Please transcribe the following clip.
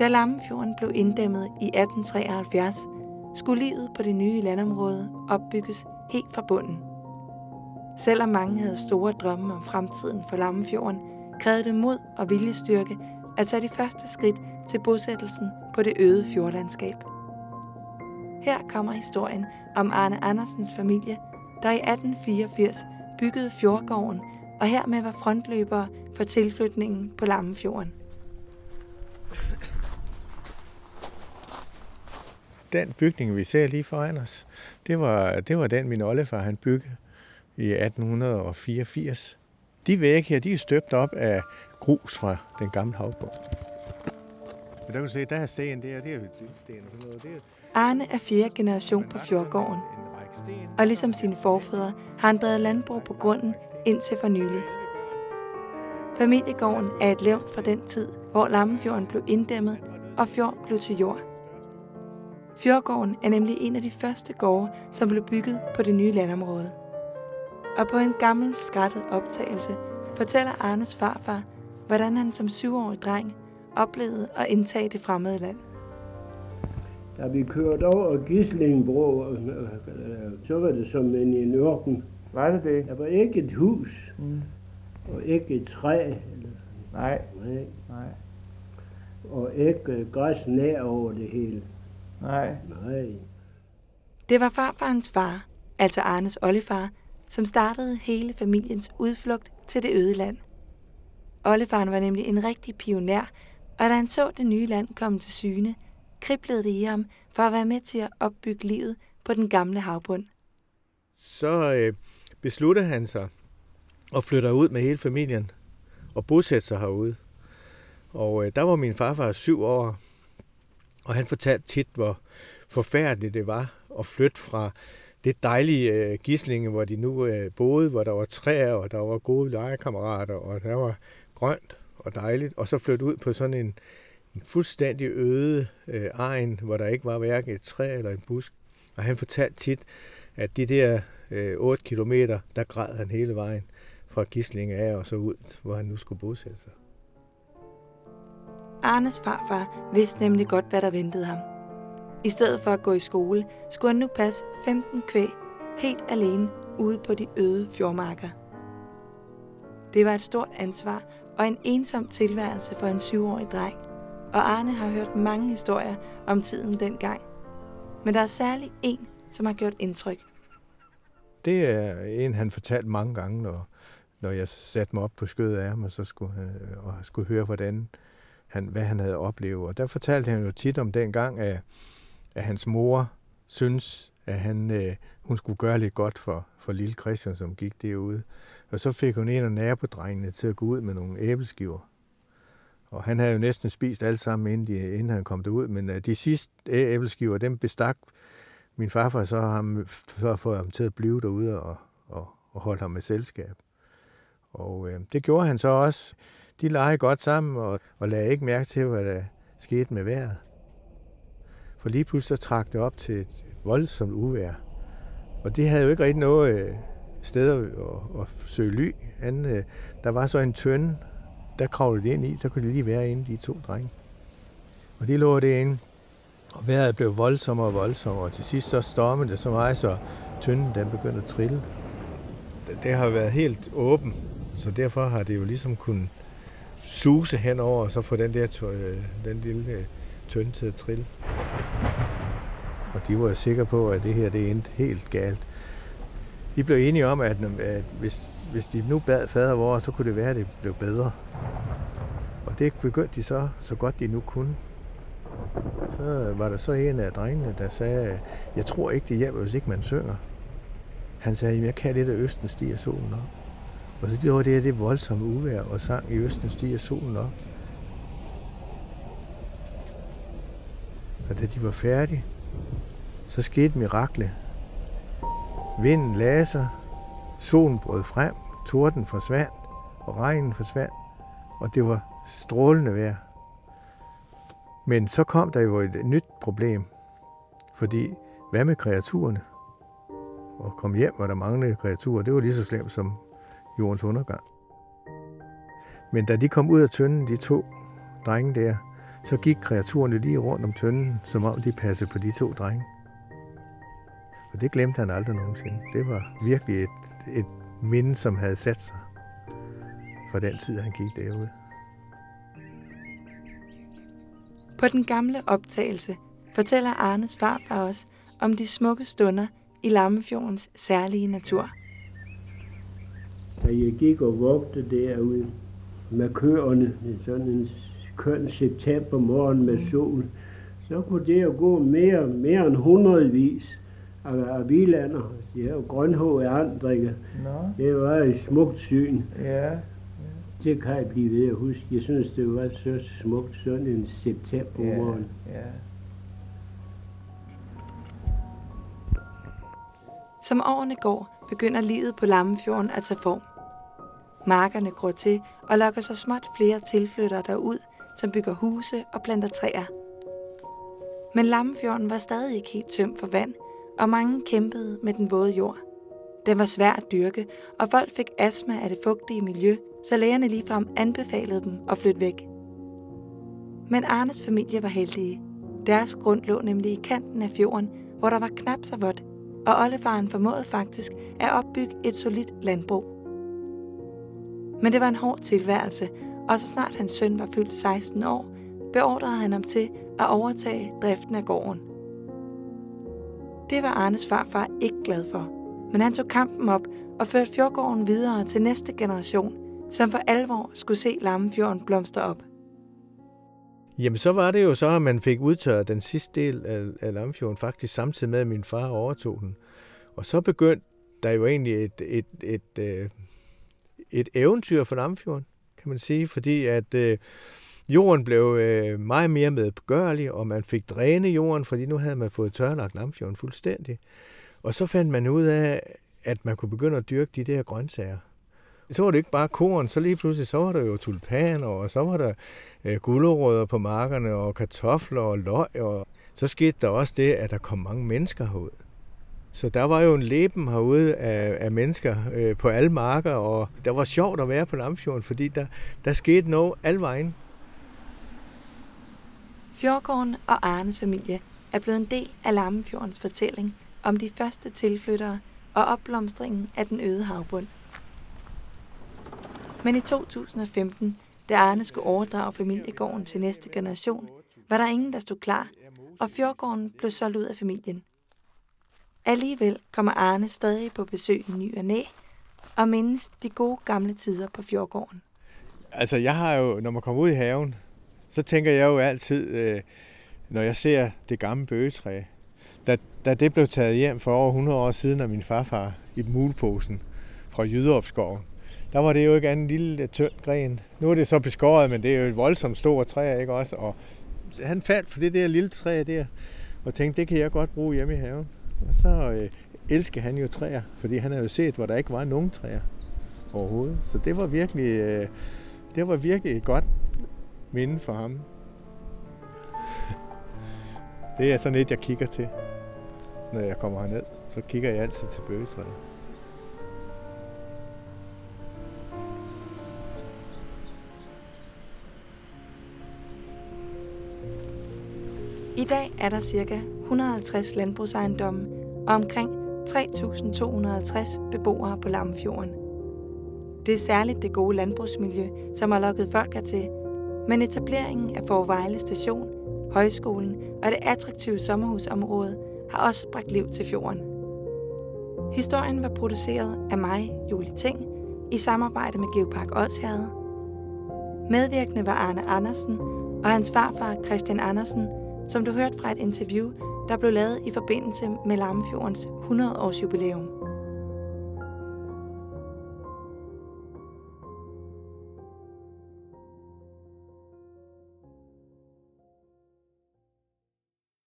Da Lammefjorden blev inddæmmet i 1873, skulle livet på det nye landområde opbygges helt fra bunden. Selvom mange havde store drømme om fremtiden for Lammefjorden, krævede det mod og viljestyrke at tage de første skridt til bosættelsen på det øde fjordlandskab. Her kommer historien om Arne Andersens familie, der i 1884 byggede Fjordgården og hermed var frontløbere for tilflytningen på Lammefjorden. Den bygning, vi ser lige foran os, det var den, min oldefar han byggede i 1884. De vægge her, de er støbt op af grus fra den gamle havbund. Men der kan du se, der er sten der, det er sten. Arne er 4. generation på Fjordgården, og ligesom sine forfædre har han drevet landbrug på grunden indtil for nylig. Familiegården er et levn fra den tid, hvor Lammefjorden blev inddæmmet og fjord blev til jord. Fjordgården er nemlig en af de første gårde, som blev bygget på det nye landområde. Og på en gammel skrattet optagelse fortæller Arnes farfar, hvordan han som 7-årig dreng oplevede at indtage det fremmede land. Da vi kørte over Gislingbro, så var det som en ørken. Var det det? Der var ikke et hus, og ikke et træ. Nej. Og ikke græs nær over det hele. Nej. Det var farfarens far, altså Arnes oldefar, som startede hele familiens udflugt til det øde land. Oldefaren var nemlig en rigtig pioner, og da han så det nye land komme til syne, kriblede det i ham for at være med til at opbygge livet på den gamle havbund. Så besluttede han sig at flytte ud med hele familien og bosætte sig herude. Og der var min farfar 7 år, og han fortalte tit, hvor forfærdeligt det var at flytte fra det dejlige Gislinge, hvor de nu boede, hvor der var træer, og der var gode legekammerater, og der var grønt og dejligt, og så flytte ud på sådan en fuldstændig øde egen, hvor der ikke var hverken et træ eller en busk. Og han fortalte tit, at de der 8 kilometer, der græd han hele vejen fra Gislinge af og så ud, hvor han nu skulle bosætte sig. Arnes farfar vidste nemlig godt, hvad der ventede ham. I stedet for at gå i skole, skulle han nu passe 15 kvæg helt alene ude på de øde fjordmarker. Det var et stort ansvar og en ensom tilværelse for en 7-årig dreng, og Arne har hørt mange historier om tiden dengang. Men der er særlig en, som har gjort indtryk. Det er en, han fortalte mange gange, når jeg satte mig op på skødet af ham, og så skulle høre, hvad han havde oplevet. Og der fortalte han jo tit om den gang, at hans mor syntes, at hun skulle gøre lidt godt for lille Christian, som gik derude. Og så fik hun en af nabodrengene til at gå ud med nogle æbleskiver. Og han havde jo næsten spist alt sammen, inden han kom derud. Men de sidste æbleskiver, dem bestak min farfar, så har fået ham til at blive derude og holde ham med selskab. Og det gjorde han så også. De legede godt sammen og lagde ikke mærke til, hvad der skete med vejret. For lige pludselig så trak det op til et voldsomt uvejr. Og de havde jo ikke rigtig noget sted at søge ly. Der var så en tønde, der kravlede de ind i, så kunne de lige være inde, de 2 drenge. Og de lå derinde, og vejret blev voldsommere og voldsommere, og til sidst så stormede det så meget, så tønden den begyndte at trille. Det har været helt åben, så derfor har det jo ligesom kunnet suse henover, og så få den lille tønde til at trille. Og de var jo sikre på, at det her det endte helt galt. De blev enige om, at hvis de nu bad fader vor, så kunne det være, at det blev bedre. Og det begyndte de så godt de nu kunne. Så var der så en af drengene, der sagde, jeg tror ikke, det hjælper, hvis ikke man synger. Han sagde, jeg kan lidt af Østen stiger solen op. Og så gjorde det voldsomme uvejr og sang i Østen stiger solen op. Og da de var færdige, så skete miraklet. Vinden lagde sig, solen brød frem, torden forsvandt, og regnen forsvandt, og det var strålende vejr. Men så kom der jo et nyt problem, fordi hvad med kreaturerne? Og kom hjem, hvor der manglede kreaturer, det var lige så slemt som jordens undergang. Men da de kom ud af tønden, de 2 drenge der, så gik kreaturerne lige rundt om tønden, som om de passede på de 2 drenge. Og det glemte han aldrig nogensinde. Det var virkelig et minde, som havde sat sig fra den tid, han gik derude. På den gamle optagelse fortæller Arnes farfar os om de smukke stunder i Lammefjordens særlige natur. Da jeg gik og vogte derude med køerne, sådan en køn septembermorgen med sol, så kunne det jo gå mere end hundredvis af vilander. De her grønhårede andrikker. Det var et smukt syn. Ja. Det kan jeg blive ved at huske. Jeg synes, det var så smukt, sådan en septembermorgen. Ja. Som årene går, begynder livet på Lammefjorden at tage form. Markerne gror til og lokker så småt flere tilflyttere derud, som bygger huse og planter træer. Men Lammefjorden var stadig ikke helt tømt for vand, og mange kæmpede med den våde jord. Den var svær at dyrke, og folk fik astma af det fugtige miljø, så lægerne ligefrem anbefalede dem at flytte væk. Men Arnes familie var heldige. Deres grund lå nemlig i kanten af fjorden, hvor der var knap så vådt, og oldefaren formåede faktisk at opbygge et solidt landbrug. Men det var en hård tilværelse, og så snart hans søn var fyldt 16 år, beordrede han ham til at overtage driften af gården. Det var Arnes farfar ikke glad for, men han tog kampen op og førte fjordgården videre til næste generation, som for alvor skulle se Lammefjorden blomstre op. Jamen så var det jo så, at man fik udtørret den sidste del af Lammefjorden, faktisk samtidig med, at min far overtog den. Og så begyndte der jo egentlig et eventyr for Lammefjorden, kan man sige, fordi at jorden blev meget mere medgørlig, og man fik dræne jorden, fordi nu havde man fået tørlagt Lammefjorden fuldstændig. Og så fandt man ud af, at man kunne begynde at dyrke de der grøntsager. Så var det ikke bare korn, så lige pludselig så var der jo tulipaner, og så var der gulerødder på markerne, og kartofler og løg, og så skete der også det, at der kom mange mennesker herud. Så der var jo en leben herude af mennesker på alle marker, og der var sjovt at være på Lammefjorden, fordi der skete noget alle vejen. Fjordgården og Arnes familie er blevet en del af Lammefjordens fortælling om de første tilflyttere og opblomstringen af den øde havbund. Men i 2015, da Arne skulle overdrage familiegården til næste generation, var der ingen, der stod klar, og fjordgården blev solgt ud af familien. Alligevel kommer Arne stadig på besøg i ny og næ, og mindes de gode gamle tider på fjordgården. Altså jeg har jo, når man kommer ud i haven, så tænker jeg jo altid, når jeg ser det gamle bøgetræ, da det blev taget hjem for over 100 år siden af min farfar i muleposen fra Jyderup-skoven, der var det jo ikke andet en lille tynd gren. Nu er det så beskåret, men det er jo et voldsomt stort træ, ikke også? Og han faldt for det der lille træ der, og tænkte, det kan jeg godt bruge hjemme i haven. Og så elsker han jo træer, fordi han havde jo set, hvor der ikke var nogen træer overhovedet. Så det var virkelig et godt minde for ham. Det er sådan et, jeg kigger til, når jeg kommer herned. Så kigger jeg altid til bøgetræet. I dag er der ca. 150 landbrugsejendomme og omkring 3.250 beboere på Lammefjorden. Det er særligt det gode landbrugsmiljø, som har lokket folk hertil, men etableringen af Fåre Vejle Station, højskolen og det attraktive sommerhusområde har også bragt liv til fjorden. Historien var produceret af mig, Julie Ting, i samarbejde med Geopark Odsherred. Medvirkende var Arne Andersen og hans farfar Christian Andersen, som du hørte fra et interview, der blev lavet i forbindelse med Lammefjordens 100-års jubilæum.